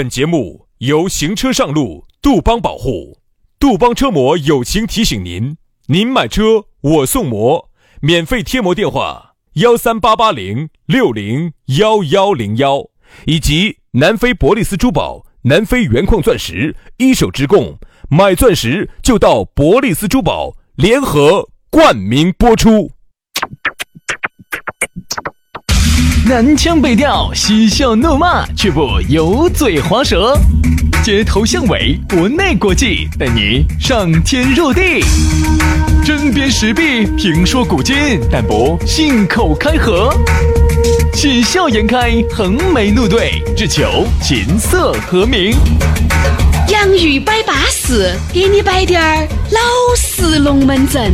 本节目由行车上路杜邦保护，杜邦车模友情提醒您：您买车我送模，免费贴膜电话138806011101，以及南非伯利斯珠宝、南非原矿钻石一手直供，买钻石就到伯利斯珠宝，联合冠名播出。 南腔北调，嬉笑怒骂，却不油嘴滑舌，街头巷尾，国内国际，带你上天入地，针砭时弊，评说古今，但不信口开河，喜笑颜开，横眉怒对，只求琴瑟和鸣。 洋芋摆巴士，给你摆点儿老式龙门阵。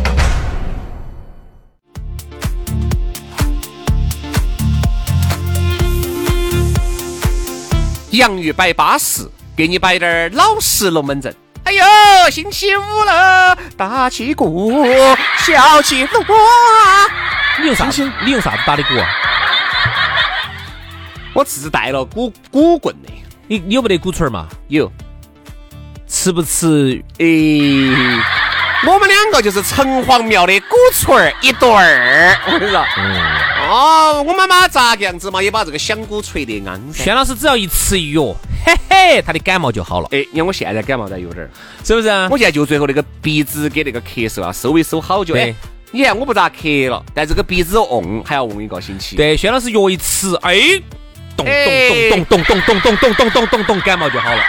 洋芋摆巴士，给你摆点老实龙门阵。哎呦，星期五了，打起鼓，小起锣啊！ 你用啥子打的鼓啊？ 我自带了鼓棍的。 你有没得鼓槌嘛？ 有。 吃不吃？ 我们两个就是城隍庙的鼓槌一对儿。我跟你说。我妈妈咋个样子嘛，也把这个响鼓吹得安。 轩老师只要一吃药，嘿嘿，他的感冒就好了。 你看我现在感冒在有点， 是不是啊？ 我现在就最后那个鼻子给那个咳嗽啊，收一收好久。你看我不咋咳了，但这个鼻子还要一个星期。 对，轩老师药一吃，咚咚咚咚咚咚咚咚咚咚咚咚咚，感冒就好了。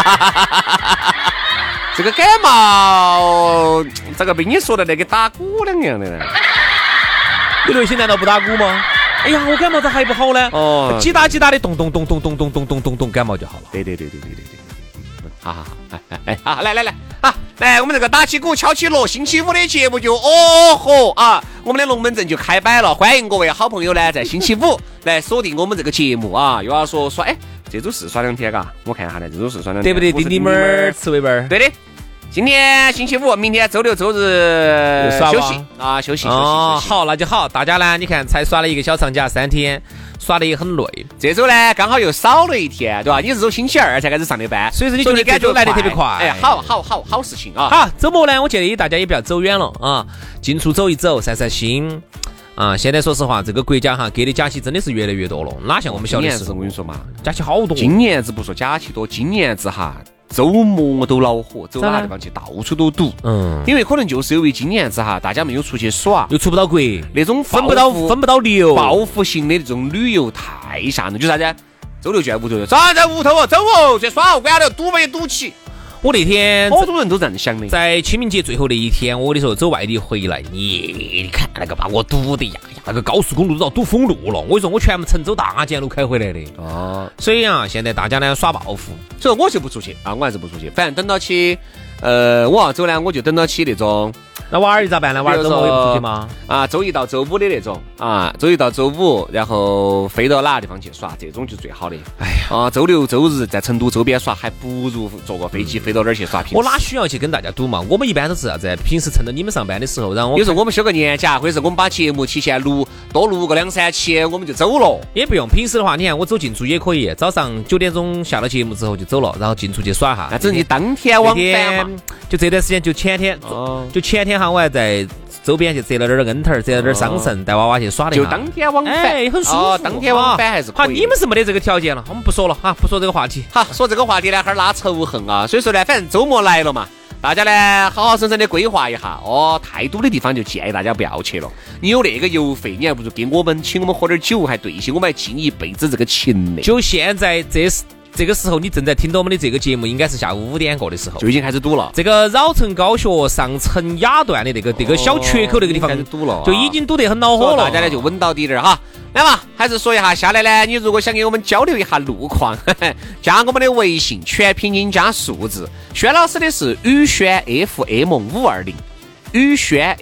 这个感冒，这个被你说的那个打鼓两样的呢。 你内心难道不打鼓吗？哎呀，我感冒咋还不好呢？击打的咚咚咚咚咚咚咚咚咚咚，感冒就好了。 对。好，来，我们这个打起鼓敲起锣，星期五的节目就我们的龙门阵就开摆了。欢迎各位好朋友呢，在星期五来锁定我们这个节目啊。又要说这周是耍2天嘎，我看一下呢，这周是耍2天， 对不对？丁丁们吃尾巴， 对的。今天星期五，明天周六周日休息啊，休息。 好，那就好。大家呢，你看才耍了一个小长假3天，耍得也很累。 这周呢，刚好又少了一天，对吧？你是周星期2才开始上的班， 所以说你觉得感觉来得特别快。 好事情啊！ 好，周末呢，我建议大家也不要走远了啊，进出走一走，散散心啊。现在说实话，这个国家给的假期真的是越来越多了，哪像我们小的时候？ 我跟你说嘛， 假期好多。 今年子不说假期多，今年子周末都恼火，走哪地方去到处都堵。因为可能就是因为今年子大家没有出去耍， 又出不到国， 那种分不到流， 报复性的那种旅游太吓人。就啥子？周六就在屋头，在屋头走去耍，管了，堵没堵起。 我那天好多人都这样想的， 在清明节最后的一天，我跟你说走外地回来，你看那个把我堵的呀，那个高速公路都要堵封路了。我跟你说，我全部成州大捷路开回来的。所以现在大家呢耍报复， 所以我就不出去啊，我还是不出去。反正等到起，我要走呢，我就等到起那种。 那娃儿咋办呢？娃儿周末也不出去吗？ 周一到周五的那种周一到周五，然后飞到哪个地方去耍，这种就是最好的。周六周日在成都周边耍，还不如坐个飞机飞到哪儿去耍。 我哪需要去跟大家赌嘛？我们一般都是啥子？平时趁着你们上班的时候，然后有时候我们休个年假，或者是我们把节目提前多录个2-3期，我们就走了。 也不用，平时的话，你看我走进出也可以，早上9点钟下了节目之后就走了，然后进出去耍哈。 那只是你当天往返嘛。 就这段时间，就前天我还在周边去折了点恩头，折了点桑葚，带娃娃去耍的， 就当天往返， 很舒服。 当天往返还是可以。 好，你们是没得这个条件了，我们不说了不说这个话题。 好，说这个话题呢，还拉仇恨啊。所以说呢，反正周末来了嘛，大家呢好好生生的规划一下太多的地方就建议大家不要去了。你有那个邮费，你还不如给我们请我们喝点酒，还对起我们还记你一辈子这个情呢。 就现在这个时候，你正在听到我们的这个节目，应该是下午5点过的时候， 就已经开始堵了。 这个绕城高学上城雅段的那个小缺口那个地方开始堵了， 就已经堵得很恼火了。 大家呢就稳到底点哈。来嘛，还是说一下，下来呢，你如果想跟我们交流一下路况，加我们的微信，全拼音加数字。轩老师的是宇轩 FM520。宇轩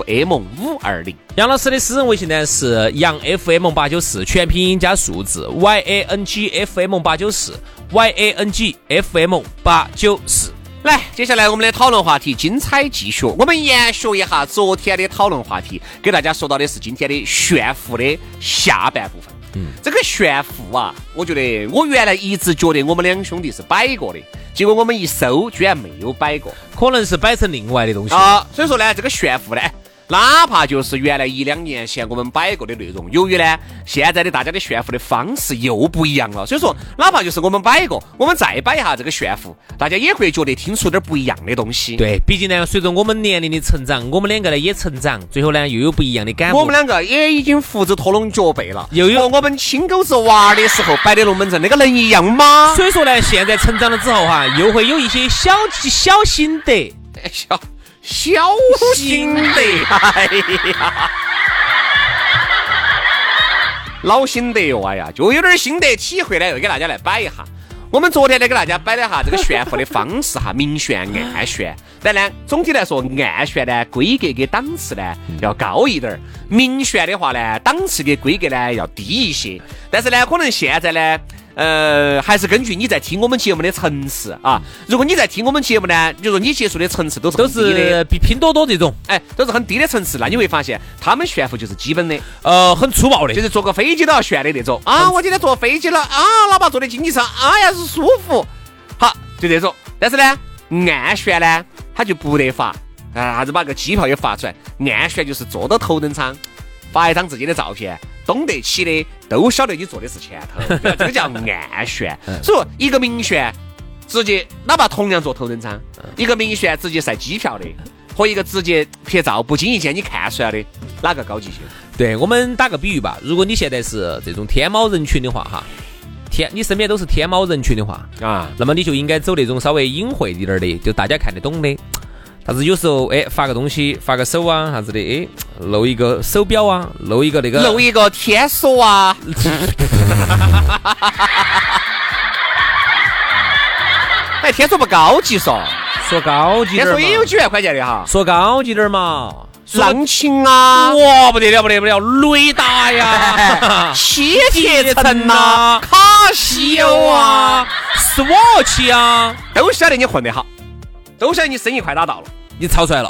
FM520， 杨老师的私人微信呢是杨 FM894，全拼音加数字 YANG FM894 YANG FM894。 来，接下来我们的讨论话题精彩继续，我们延续一下昨天的讨论话题，给大家说到的是今天的炫富的下半部分。 这个炫富啊，我觉得我原来一直觉得我们两兄弟是摆过的，结果我们一搜居然没有摆过， 可能是摆成另外的东西啊。所以说呢，这个炫富呢，哪怕就是原来1-2年前我们摆过的内容，由于呢现在的大家的炫富的方式又不一样了，所以说哪怕就是我们摆过，我们再摆一下这个炫富，大家也会觉得听出点不一样的东西。 对，毕竟呢，随着我们年龄的成长，我们两个呢也成长，最后呢又有不一样的感悟。 我们两个也已经胡子拖拢脚背了， 又有和我们亲狗子娃的时候摆的龙门阵那个能一样吗？ 所以说呢，现在成长了之后哈，又会有一些小心得。 小心得，哎呀，老心得哟，哎呀，就有点心得体会呢，又给大家来摆一下。我们昨天呢给大家摆了哈这个炫富的方式哈，明炫、暗炫。但呢，总体来说，暗炫呢规格跟档次呢要高一点，明炫的话呢档次跟规格呢要低一些。但是呢，可能现在呢。还是根据你在听我们节目的层次啊。如果你在听我们节目呢，就说你接触的层次都是比拼多多这种， 都是很低的层次，那你会发现他们炫富就是基本的， 很粗暴的， 就是坐个飞机都要炫的那种啊。我今天坐飞机了啊，老爸坐的经济舱，哎呀是舒服，好就这种。但是呢，暗炫呢，他就不得发啥子把个机票也发出来，暗炫就是坐到头等舱，发一张自己的照片。懂得起的都晓得你坐的是前头，这个叫暗炫。所以说一个明炫直接哪怕同样坐头等舱，一个明炫直接晒机票的，和一个直接拍照不经意间你看出来的，哪个高级些？ 对，我们打个比喻吧，如果你现在是这种天猫人群的话哈，你身边都是天猫人群的话啊，那么你就应该走那种稍微隐晦一点的，就大家看得懂的。但是有时候发个东西，发个手啊啥子的，露一个手表啊，露一个天锁啊，天锁不高级说高级点， 天锁也有几万块钱的哈， 说高级点嘛， 浪琴啊， 哇不得了，雷达呀， 西铁城啊， 卡西欧啊，Swatch 啊， 都晓得你混得好。都晓得你生意快打到了， 你炒出来了。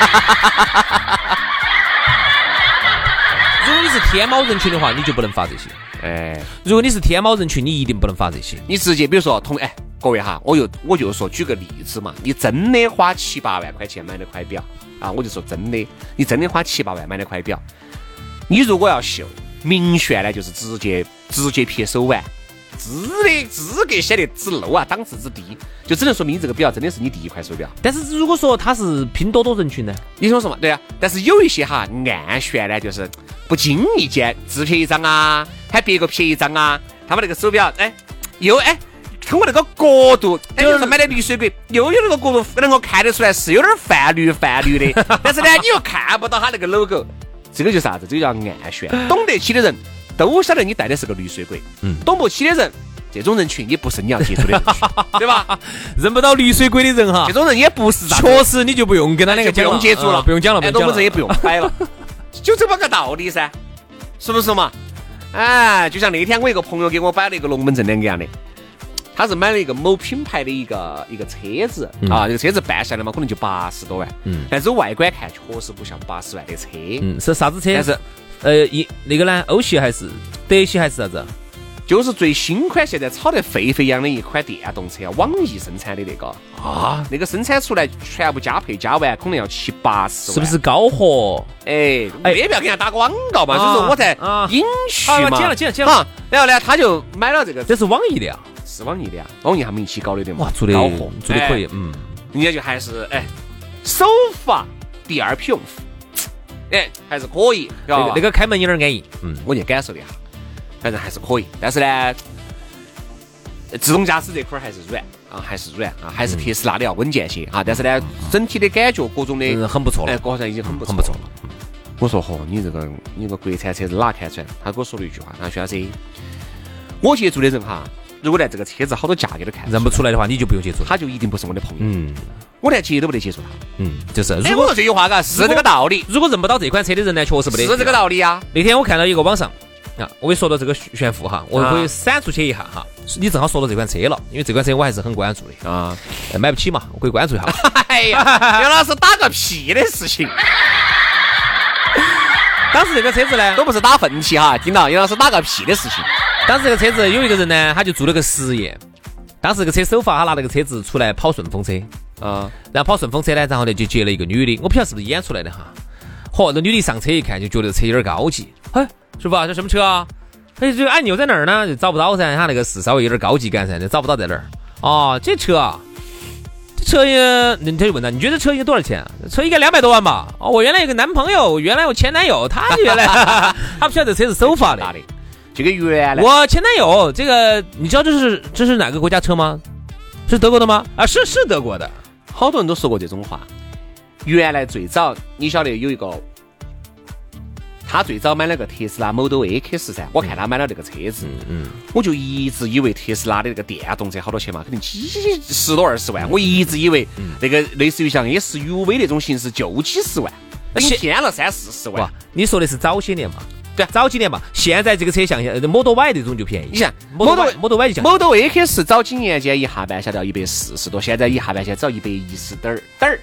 如果你是天猫人群的话，你就不能发这些。如果你是天猫人群，你一定不能发这些。 你直接比如说各位哈，我就说举个例子嘛，你真的花7-8万块钱买的块表啊，我就说真的，你真的花7-8万买的块表，你如果要秀明炫呢，就是直接撇手腕。资格显得之 low 啊，档次之低，就只能说明这个表真的是你第一块手表。 但是如果说他是拼多多人群呢， 你说什么？对啊，但是有一些哈暗炫呢，就是不经意间自拍一张啊，喊别个拍一张啊，他们那个手表通过那个角度，就是买的绿水鬼，又有那个角度能够看得出来是有点泛绿的，但是呢你又看不到他那个 logo， 这个就是啥子？这个叫暗炫。懂得起的人都晓得你带的是个绿水鬼，懂不起的人，这种人群也不是你要接触的人群，对吧？ 认不到绿水鬼的人哈， 这种人也不是， 确实你就不用跟他那个不用接触了， 不用讲了， 龙门阵也不用摆了，就这么个道理噻，是不是嘛？就像那天我一个朋友给我摆了一个龙门阵两个样的，他是买了一个某品牌的一个车子啊，这个车子办下来嘛，可能就80多万，但是外观看确实不像80万的车， 是啥子车？但是那个呢，欧系还是德系还是啥子？ 就是最新款现在炒得沸沸扬的一款电动车，网易生产的那个啊，那个生产出来全部加配加完可能要70-80万， 是不是高和？ 没必要给人家打广告嘛，就是我在隐去嘛。 剪了。 然后呢，他就买了这个， 这是网易的呀， 是网易的呀，网易他们一起搞的对嘛？ 哇，做的可以， 人家就还是首发第二批用户。还是可以， 那个开门有点安逸， 我去感受了一下，反正还是可以。但是呢，自动驾驶这块还是软，还是特斯拉的要稳健些啊。但是呢，整体的感觉各种的很不错了， 各种已经很不错了。我说你这个国产车子哪看出来？他跟我说了一句话，他说是我接触的人哈，如果连这个车子好多价格都看认不出来的话，你就不用接触， 他就一定不是我的朋友。我连接都不得接触他。 就是如果这句话是这个道理。 如果认不到这款车的人呢，确实不得。 是这个道理啊。 那天我看到一个网上我会说到这个炫富哈，我会闪出去一下哈。你正好说到这款车了，因为这款车我还是很关注的啊。买不起嘛，我可以关注一下。 哎呀，杨老师打个屁的事情。 当时这个车子呢， 都不是打粪气哈，听到杨老师打个屁的事情。 当时这个车子有一个人呢，他就做了个实验。当时这个车首发，他拿那个车子出来跑顺风车，然后跑顺风车呢，然后呢就接了一个女的，我不晓得是不是演出来的哈。那女的上车一看就觉得车有点高级，嘿，师傅这什么车啊？这个按钮在哪儿呢？就找不到噻，他那个是稍微有点高级感噻，就找不到在哪儿。这车啊，这车也，他就问他，你觉得车应该多少钱？车应该200多万吧？我原来有个男朋友，原来我前男友，他原来他不晓得这车是首发的。 这个原来我前男友，这个你知道这是哪个国家车吗？是德国的吗？是德国的。 好多人都说过这种话。原来最早你晓得有一个，他最早买了个特斯拉 Model X 噻，我看他买了这个车子，我就一直以为特斯拉的那个电动车好多钱嘛，肯定几10多20万，我一直以为那个类似于像 SUV 那种形式就几十万，顶天了30-40万。 你说的是早些年嘛？对，早几年嘛。现在这个车像Model Y 那种就便宜。 你想 Model Y 就 Model X 早几年间一下半下到140多，现在一下半下只要110点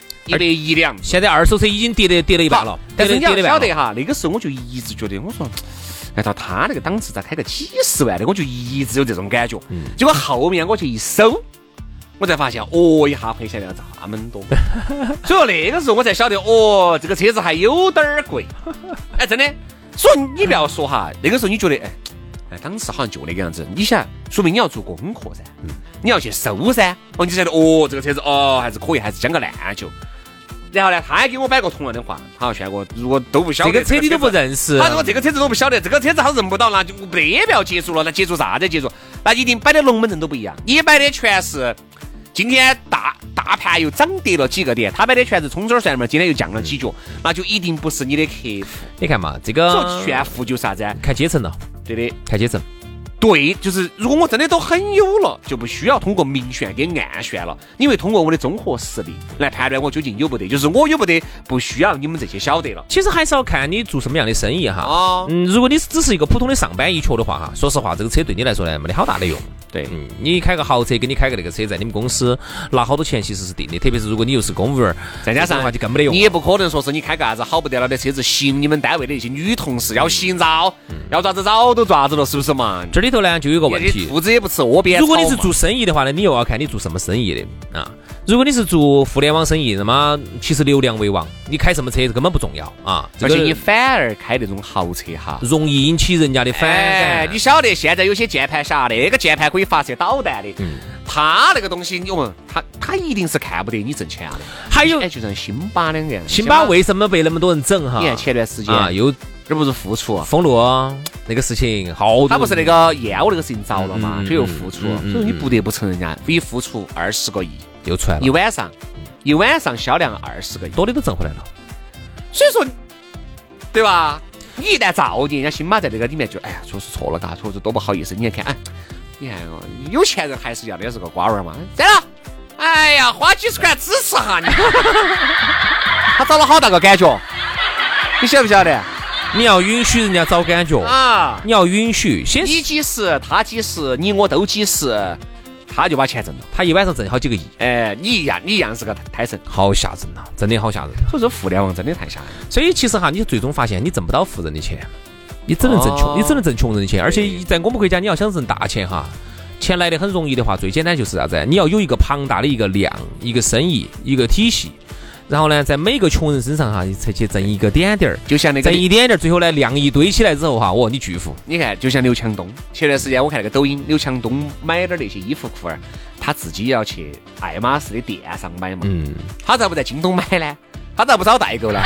110两。 现在二手车已经跌了一半了。 但是你要晓得哈，那个时候我就一直觉得，我说按照他那个档次咋开个几十万的，我就一直有这种感觉。结果后面我去一搜，我才发现一下赔钱了这么多。所以说那个时候我才晓得，这个车子还有点贵。真的。所以你不要说哈，那个时候你觉得当时好像就那个样子，你想说明你要做功课噻，你要去搜噻，你就晓得这个车子还是可以，还是将个烂就。然后呢，他还给我摆过同样的话，好像我如果都不晓得这个车你都不认识， 他如果这个车子都不晓得，这个车子他认不到，那就没必要接触了，那接触啥子接触？那一定摆的龙门阵都不一样，你摆的全是今天大盘又涨跌了几个点，他摆的全是葱葱蒜嘛，今天又降了几角，那就一定不是你的客户。 你看嘛，这个炫富就是啥子？ 看阶层了， 对的， 看阶层。 对，就是如果我真的都很有了，就不需要通过明炫跟暗炫了，你会通过我的综合实力来判断我究竟有不得，就是我有不得，不需要你们这些晓得了。 其实还是要看你做什么样的生意哈。如果你只是一个普通的上班一族的话哈，说实话，这个车对你来说呢没得好大的用。 对， 你开个豪车跟你开个那个车在你们公司拿好多钱其实是定的，特别是如果你又是公务员， 再加上的话就更没得用。 你也不可能说是你开个啥子好不得了的车子吸引你们单位的一些女同事要洗澡，要抓子早都抓子了，是不是嘛？ 这里头呢就有个问题， 兔子也不吃窝边草。 如果你是做生意的话呢，你又要看你做什么生意的啊。如果你是做互联网生意，那么其实流量为王，你开什么车根本不重要啊。 而且你反而开那种豪车哈， 容易引起人家的反感。 你晓得现在有些键盘侠，那个键盘可以发射导弹的，他那个东西，他一定是看不得你挣钱的。 还有， 就像辛巴两个样， 辛巴为什么被那么多人整哈？ 你看前段时间又这不是复出封路那个事情，好多他不是那个燕窝那个事情着了嘛，这又复出，所以你不得不承认人家一复出20个亿。 又出来了， 一晚上销量20个亿， 多的都挣回来了。 所以说，对吧？你一旦造孽，人家辛巴在那个里面就确实错了，嘎，确实多不好意思。你看，你看有钱人还是要的是个瓜娃嘛。对了，哎呀，花几十块支持哈你，他找了好大个感觉，你晓不晓得？ 你要允许人家找感觉啊！你要允许， 你几十，他几十，你我都几十。他就把钱挣了， 他一晚上挣好几个亿。 你一样是个胎神， 好吓人呐，真的好吓人。 所以说互联网真的太吓人。 所以其实哈，你最终发现你挣不到富人的钱，你只能挣穷人的钱。而且在我们国家，你要想挣大钱哈，钱来的很容易的话，最简单就是啥子？你要有一个庞大的一个量、一个生意、一个体系。然后呢，在每个穷人身上哈，才去挣一个点点儿， 就像那个挣一点点儿，最后呢，量一堆起来之后哈，你巨富。 你看，就像刘强东，前段时间我看那个抖音，刘强东买点那些衣服裤儿，他自己要去爱马仕的店上买嘛。他咋不在京东买呢？他咋不找代购呢？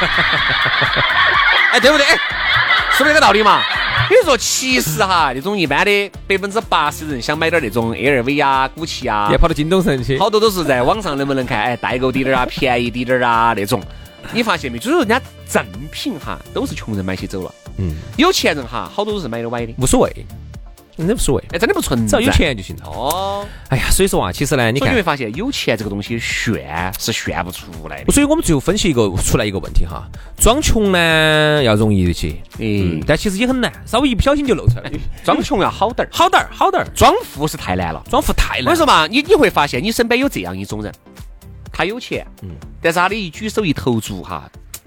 对不对？是不是这个道理嘛？比如说，其实哈，那种一般的80%人想买点那种 LV 啊、古奇啊， 也跑到京东上去， 好多都是在网上能不能看代购滴点啊、便宜滴点啊那种。你发现没？就是人家正品哈，都是穷人买起走了。有钱人哈，好多都是买的歪的， 无所谓。真的无所谓， 真的不存在， 只要有钱就行了。哎呀，所以说啊，其实呢，你看， 你会发现有钱这个东西炫是炫不出来的。 所以我们最后分析出来一个问题哈，装穷呢要容易一些，但其实也很难，稍微一不小心就露出来了。 装穷要好点儿， 好点儿， 装富是太难了， 装富太难。 我跟你说嘛，你会发现你身边有这样一种人，他有钱，但是他的一举手一投足哈，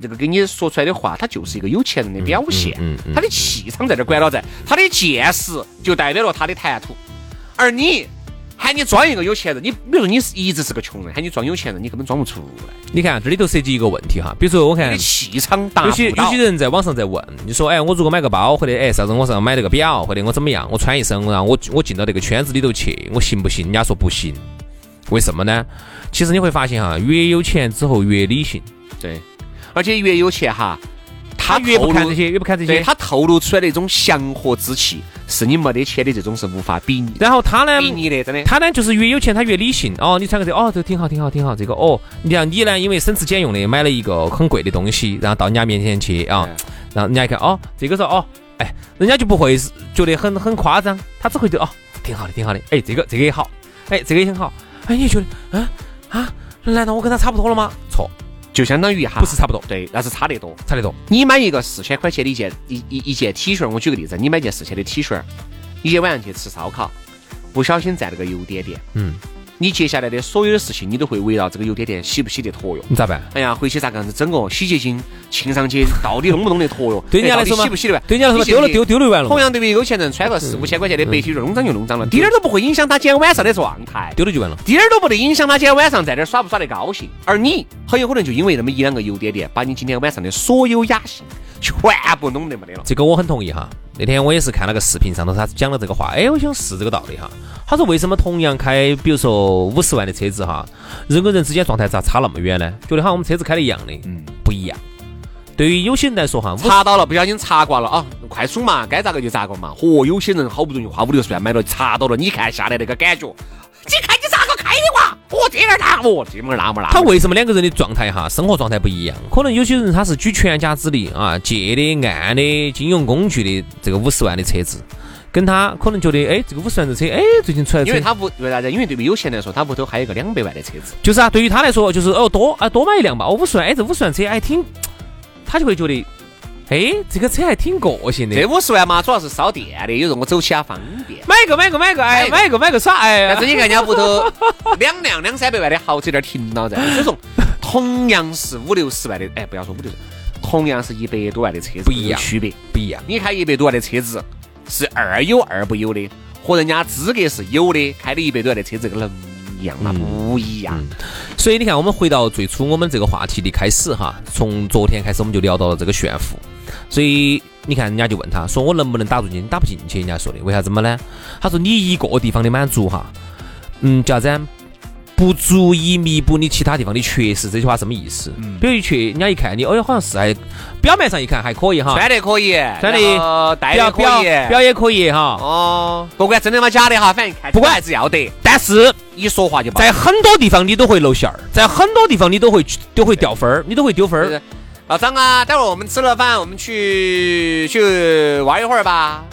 这个给你说出来的话，他就是一个有钱人的表现，他的气场在这管到在，他的见识就代表了他的谈吐。而你喊你装一个有钱人，你比如说你一直是个穷人，喊你装有钱人，你根本装不出来。 你看这里头涉及一个问题哈，比如说我看你的气场达不到。 有些人在网上在问，你说我如果买个包，或者啥子我上买了个表，或者我怎么样，我穿一身，然后我进到这个圈子里头去，我行不行？人家说不行，为什么呢？其实你会发现哈，越有钱之后越理性， 对，而且越有钱哈， 他越不看这些， 对，他透露出来的一种祥和之气，是你没得钱的这种是无法比拟。 然后他呢， 比拟的真的， 他呢就是越有钱他越理性。哦，你穿个这个，这个挺好，这个你像你呢，因为省吃俭用的买了一个很贵的东西，然后到人家面前去啊，然后人家一看这个说人家就不会觉得很夸张，他只会觉得挺好的，这个也好，这个也很好，你觉得难道我跟他差不多了吗？错。 就相当于不是差不多， 对，那是差得多。 你买一个4000块钱的一件 T 恤，我举个例子，你买件4000的 T 恤，一天晚上去吃烧烤，不小心占了个油点点，你接下来的所有的事情，你都会围绕这个油点点洗不洗得脱哟？ 你咋办？ 哎呀，回去咋个样子整个洗洁精浸上去，到底弄不弄得脱哟？ 对人家来说嘛， 洗不洗得完？ 对人家来说丢了完了。 同样对于有钱人穿个4-5千块钱的白 T 恤，弄脏就弄脏了，滴点都不会影响他今天晚上的状态， 丢了就完了， 滴点都不得影响他今天晚上在这耍不耍得高兴。而你很有可能就因为那么1-2个油点点，把你今天晚上的所有雅兴全部弄得没得了。 这个我很同意哈。那天我也是看了个视频上头，他讲了这个话，我想是这个道理哈。他说为什么同样开比如说50万的车子哈，人跟人之间状态咋差那么远呢？觉得好像我们车子开的一样的，不一样。对于有些人来说哈， 查到了不小心查挂了快速嘛，该咋个就咋个嘛。有些人好不容易花50-60万买了，查到了，你看下来那个感觉，你看你咋个开的哇？这个那他为什么两个人的状态哈，生活状态不一样？可能有些人他是举全家之力借的按的金融工具的这个50万的车子，跟他可能觉得这个50万的车最近出来， 因为他为啥子？因为对于有钱人来说，他屋头还有一个200万的车子， 就是对于他来说就是多买一辆吧，50万这50万车挺，他就会觉得这个车还挺个性的。 这50万嘛，主要是烧电的，有人我走起来方便。买个耍但是你看人家屋头2辆200-300万的豪车在停了在，所以说同样是50-60万的，不要说50，同样是100多万的车子， 不一样， 区别不一样。 你开100多万的车子是2有2不有的，和人家资格是有的，开的100多万的车子能一样吗？不一样。 所以你看，我们回到最初我们这个话题的开始哈，从昨天开始我们就聊到了这个炫富。所以你看人家就问他说我能不能打入进，打不进去，人家说的为啥子么呢？他说你一个地方的满足哈，叫啥子不足以弥补你其他地方的缺失。这句话什么意思？比如去人家一看你好像是还表面上一看还可以哈， 穿得可以， 穿的戴得可以， 表也可以哈。 不管真的吗假的哈，反正看不管还是要得， 但是一说话就在很多地方你都会露馅儿，在很多地方你都会掉分儿，你都会丢分儿。 老张啊，待会儿我们吃了饭，我们去玩一会儿吧。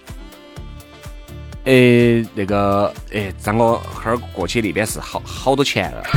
那个，张哥，哈儿过去那边是好多钱了，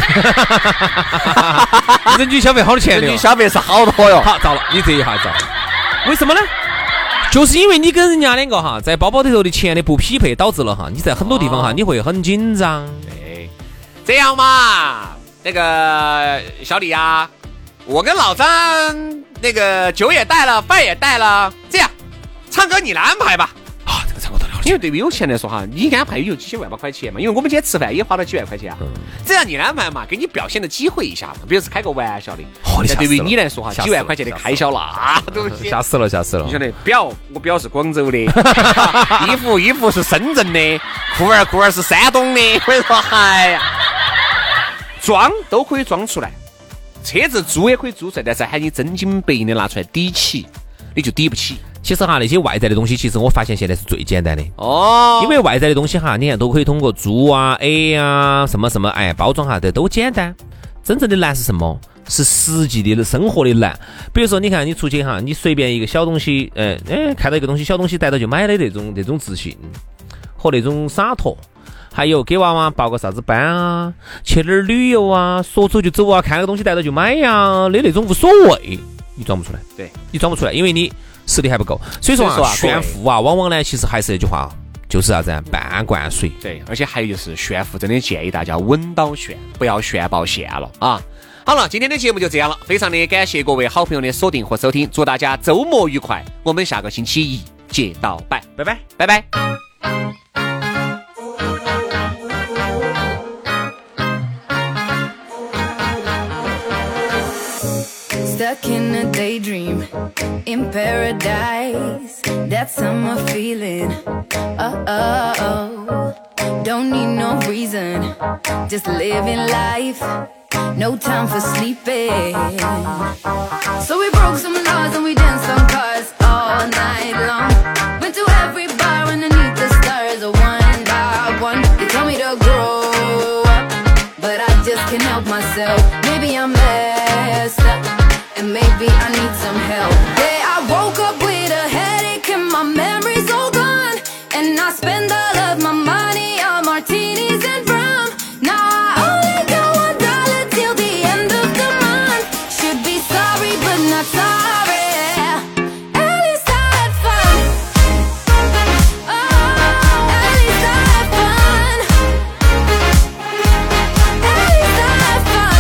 人均消费好多钱的， 人均消费是好多哟。 好，糟了，你这一下糟了，为什么呢？就是因为你跟人家两个哈，在包包里头的钱的不匹配，导致了哈，你在很多地方哈，你会很紧张。 对，这样嘛，那个小李啊。我跟老张那个酒也带了，饭也带了，这样唱歌你来安排吧。 这个唱歌到了， 因为对于有钱来说哈，你安排有几千万把块钱嘛，因为我们今天吃饭也花了几万块钱啊。这样你来安排嘛，给你表现的机会一下嘛，比如是开个玩笑的。对于你来说哈，几万块钱的开销那东西， 吓死了。你晓得我表是广州的，衣服是深圳的，裤儿是山东的。我跟你说，哎呀，装都可以装出来。车子租也可以租出来，但是喊你真金白银的拿出来抵起，你就抵不起。 其实哈，那些外在的东西，其实我发现现在是最简单的因为外在的东西哈，你看都可以通过租什么包装哈，这都简单。真正的难是什么？是实际的生活的难。比如说，你看你出去哈，你随便一个小东西，看到一个东西，小东西带到就买的那种自信和那种洒脱。还有给娃娃报个啥子班啊，去哪儿旅游啊，说走就走啊，看个东西带到就买呀，那种无所谓，你装不出来。 对， 你装不出来，因为你实力还不够。所以说炫富啊，往往呢，其实还是那句话，就是啥子半罐水。 对，而且还有就是炫富，真的建议大家稳到炫，不要炫爆线了啊。 好了，今天的节目就这样了，非常的感谢各位好朋友的锁定和收听，祝大家周末愉快，我们下个星期一见到拜，拜拜，拜拜。 Stuck in a daydream, in paradise, that summer feeling, don't need no reason, just living life, no time for sleeping. So we broke some laws and we danced on cars all night long. Went to every bar underneath the stars, one by one. They told me to grow up, but I just can't help myself. Maybe I'm messed up, and maybe I need some help. Yeah, I woke up with a headache and my memory's all gone. And I spend all of my money on martinis and rum. Now I only got $1 till the end of the month. Should be sorry but not sorry. At least I had fun. Oh, at least I had fun. At least I had fun.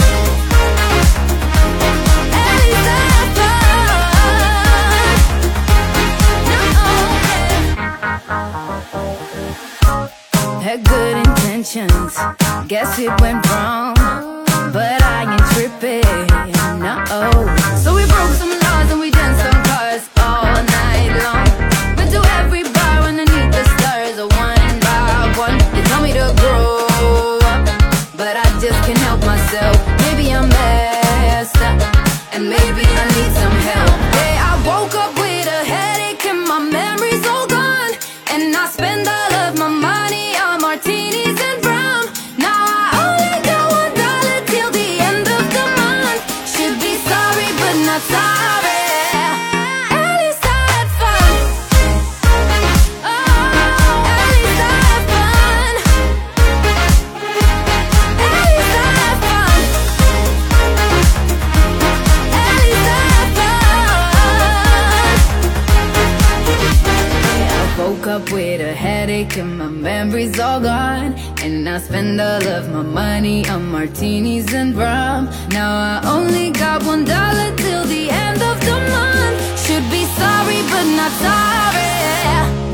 Had good intentions, guess it went wrong, but I ain't tripping, no. So we broke some laws and we danced on cars all night long. Went to every bar underneath the stars, one by one. They told me to grow up, but I just can't help myself. Maybe I'm messed up, and maybe I need some help. Yeah, I woke up with a headache and my memory's all gone. And I spend all of my money on martinis and rum. Now I only got $1 till the end of the month. Should be sorry but not sorry. At least I had fun. Oh, at least I had fun. At least I had fun. At least I had fun. Yeah, I woke up with a headache and my memory's all gone. And I spend all of my money on martinis and rum. Now I only got $1 till the end of the month. Should be sorry but not sorry.